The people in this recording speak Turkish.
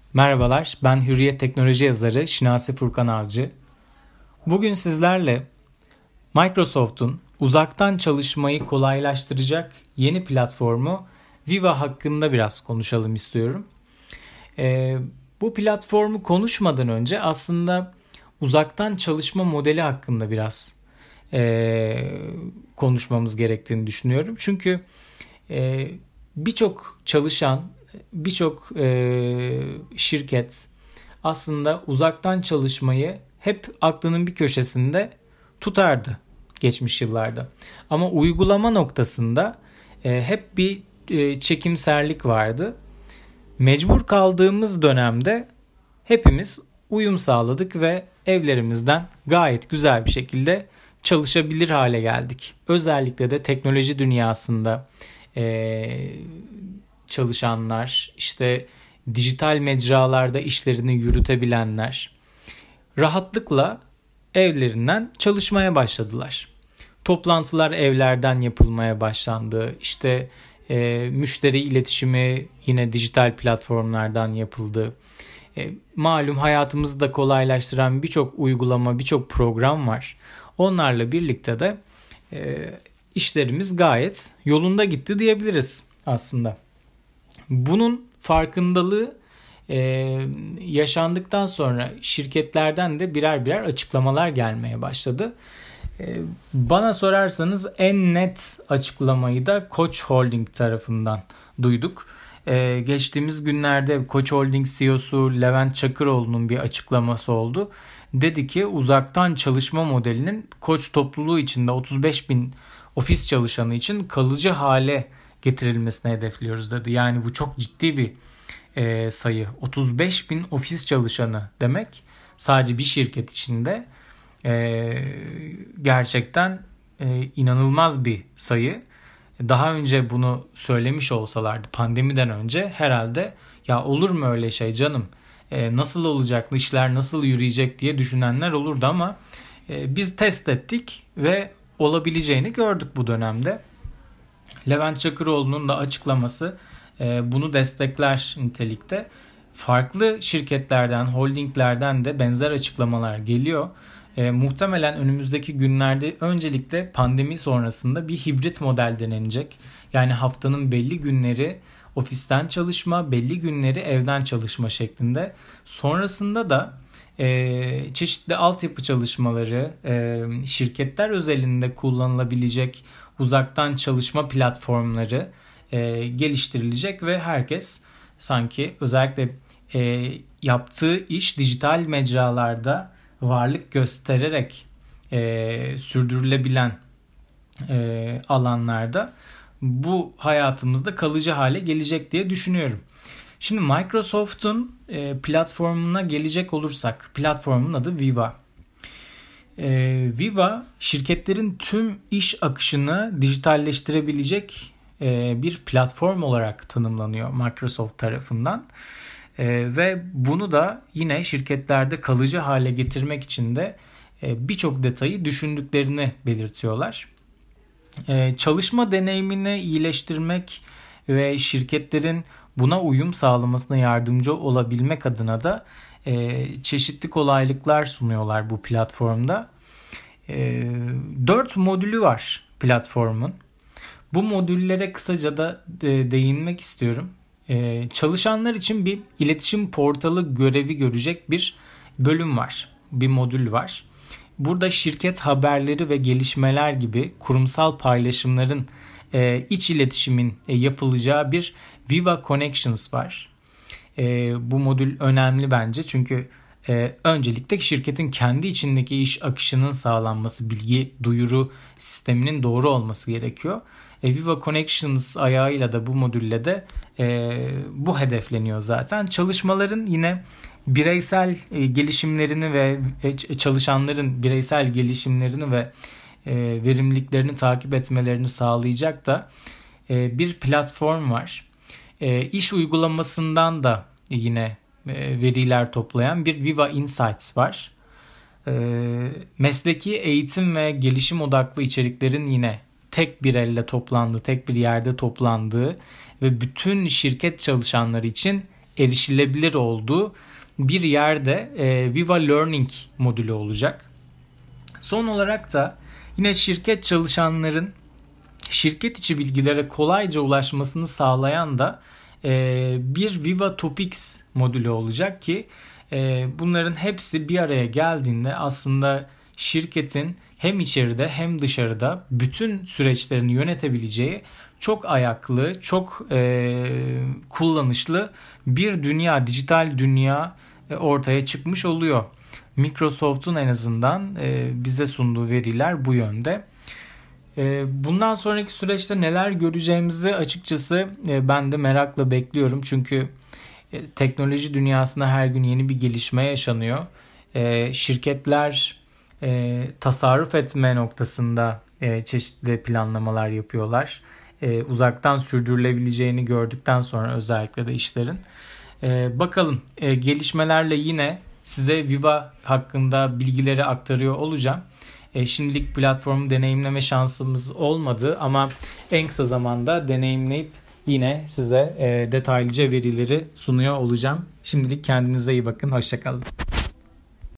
Merhabalar, ben Hürriyet Teknoloji yazarı Şinasi Furkan Avcı. Bugün sizlerle Microsoft'un uzaktan çalışmayı kolaylaştıracak yeni platformu Viva hakkında biraz konuşalım istiyorum. Bu platformu konuşmadan önce aslında uzaktan çalışma modeli hakkında biraz konuşmamız gerektiğini düşünüyorum. Çünkü birçok çalışan, birçok şirket aslında uzaktan çalışmayı hep aklının bir köşesinde tutardı geçmiş yıllarda. Ama uygulama noktasında hep bir çekimserlik vardı. Mecbur kaldığımız dönemde hepimiz uyum sağladık ve evlerimizden gayet güzel bir şekilde çalışabilir hale geldik. Özellikle de teknoloji dünyasında çalışanlar, işte dijital mecralarda işlerini yürütebilenler rahatlıkla evlerinden çalışmaya başladılar. Toplantılar evlerden yapılmaya başlandı. İşte müşteri iletişimi yine dijital platformlardan yapıldı. Malum hayatımızı da kolaylaştıran birçok uygulama, birçok program var. Onlarla birlikte de işlerimiz gayet yolunda gitti diyebiliriz aslında. Bunun farkındalığı yaşandıktan sonra şirketlerden de birer birer açıklamalar gelmeye başladı. Bana sorarsanız en net açıklamayı da Koç Holding tarafından duyduk. Geçtiğimiz günlerde Koç Holding CEO'su Levent Çakıroğlu'nun bir açıklaması oldu. Dedi ki uzaktan çalışma modelinin Koç topluluğu içinde 35 bin ofis çalışanı için kalıcı hale getirilmesini hedefliyoruz dedi. Yani bu çok ciddi bir sayı. 35 bin ofis çalışanı demek sadece bir şirket içinde gerçekten inanılmaz bir sayı. Daha önce bunu söylemiş olsalardı pandemiden önce herhalde ya olur mu öyle şey canım, nasıl olacak, işler nasıl yürüyecek diye düşünenler olurdu ama biz test ettik ve olabileceğini gördük bu dönemde. Levent Çakıroğlu'nun da açıklaması bunu destekler nitelikte. Farklı şirketlerden, holdinglerden de benzer açıklamalar geliyor. Muhtemelen önümüzdeki günlerde öncelikle pandemi sonrasında bir hibrit model denenecek. Yani haftanın belli günleri ofisten çalışma, belli günleri evden çalışma şeklinde. Sonrasında da çeşitli altyapı çalışmaları, şirketler özelinde kullanılabilecek uzaktan çalışma platformları geliştirilecek ve herkes sanki özellikle yaptığı iş dijital mecralarda varlık göstererek sürdürülebilen alanlarda bu hayatımızda kalıcı hale gelecek diye düşünüyorum. Şimdi Microsoft'un platformuna gelecek olursak, platformun adı Viva. Viva şirketlerin tüm iş akışını dijitalleştirebilecek bir platform olarak tanımlanıyor Microsoft tarafından. Ve bunu da yine şirketlerde kalıcı hale getirmek için de birçok detayı düşündüklerini belirtiyorlar. Çalışma deneyimini iyileştirmek ve şirketlerin buna uyum sağlamasına yardımcı olabilmek adına da çeşitli kolaylıklar sunuyorlar bu platformda. 4 modülü var platformun. Bu modüllere kısaca da değinmek istiyorum. Çalışanlar için bir iletişim portalı görevi görecek bir bölüm var. Bir modül var. Burada şirket haberleri ve gelişmeler gibi kurumsal paylaşımların iç iletişimin yapılacağı bir Viva Connections var. Bu modül önemli bence çünkü öncelikle şirketin kendi içindeki iş akışının sağlanması, bilgi duyuru sisteminin doğru olması gerekiyor. Viva Connections ayağıyla da bu modülle de bu hedefleniyor zaten. Çalışmaların yine bireysel gelişimlerini ve çalışanların bireysel gelişimlerini ve verimliliklerini takip etmelerini sağlayacak da bir platform var. İş uygulamasından da yine veriler toplayan bir Viva Insights var. Mesleki eğitim ve gelişim odaklı içeriklerin yine tek bir tek bir yerde toplandığı ve bütün şirket çalışanları için erişilebilir olduğu bir yerde Viva Learning modülü olacak. Son olarak da yine şirket çalışanların şirket içi bilgilere kolayca ulaşmasını sağlayan da bir Viva Topics modülü olacak ki bunların hepsi bir araya geldiğinde aslında şirketin hem içeride hem dışarıda bütün süreçlerini yönetebileceği çok ayaklı, çok kullanışlı bir dünya, dijital dünya ortaya çıkmış oluyor. Microsoft'un en azından bize sunduğu veriler bu yönde. Bundan sonraki süreçte neler göreceğimizi açıkçası ben de merakla bekliyorum. Çünkü teknoloji dünyasında her gün yeni bir gelişme yaşanıyor. Şirketler tasarruf etme noktasında çeşitli planlamalar yapıyorlar. Uzaktan sürdürülebileceğini gördükten sonra özellikle de işlerin. Bakalım gelişmelerle yine size Viva hakkında bilgileri aktarıyor olacağım. Şimdilik platformu deneyimleme şansımız olmadı ama en kısa zamanda deneyimleyip yine size detaylıca verileri sunuyor olacağım. Şimdilik kendinize iyi bakın. Hoşça kalın.